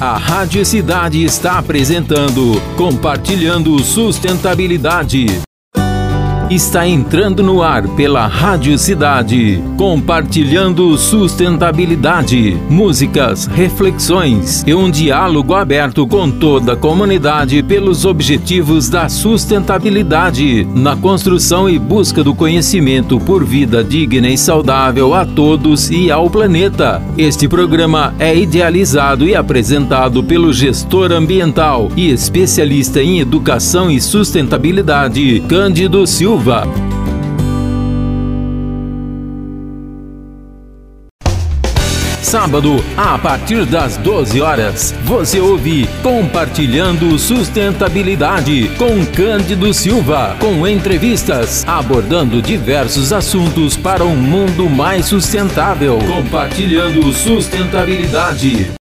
A Rádio Cidade está apresentando Compartilhando Sustentabilidade. Está entrando no ar pela Rádio Cidade, Compartilhando Sustentabilidade, músicas, reflexões e um diálogo aberto com toda a comunidade pelos objetivos da sustentabilidade, na construção e busca do conhecimento por vida digna e saudável a todos e ao planeta. Este programa é idealizado e apresentado pelo gestor ambiental e especialista em educação e sustentabilidade, Cândido Silva. Sábado, a partir das 12 horas, você ouve Compartilhando Sustentabilidade com Cândido Silva, com entrevistas abordando diversos assuntos para um mundo mais sustentável. Compartilhando Sustentabilidade.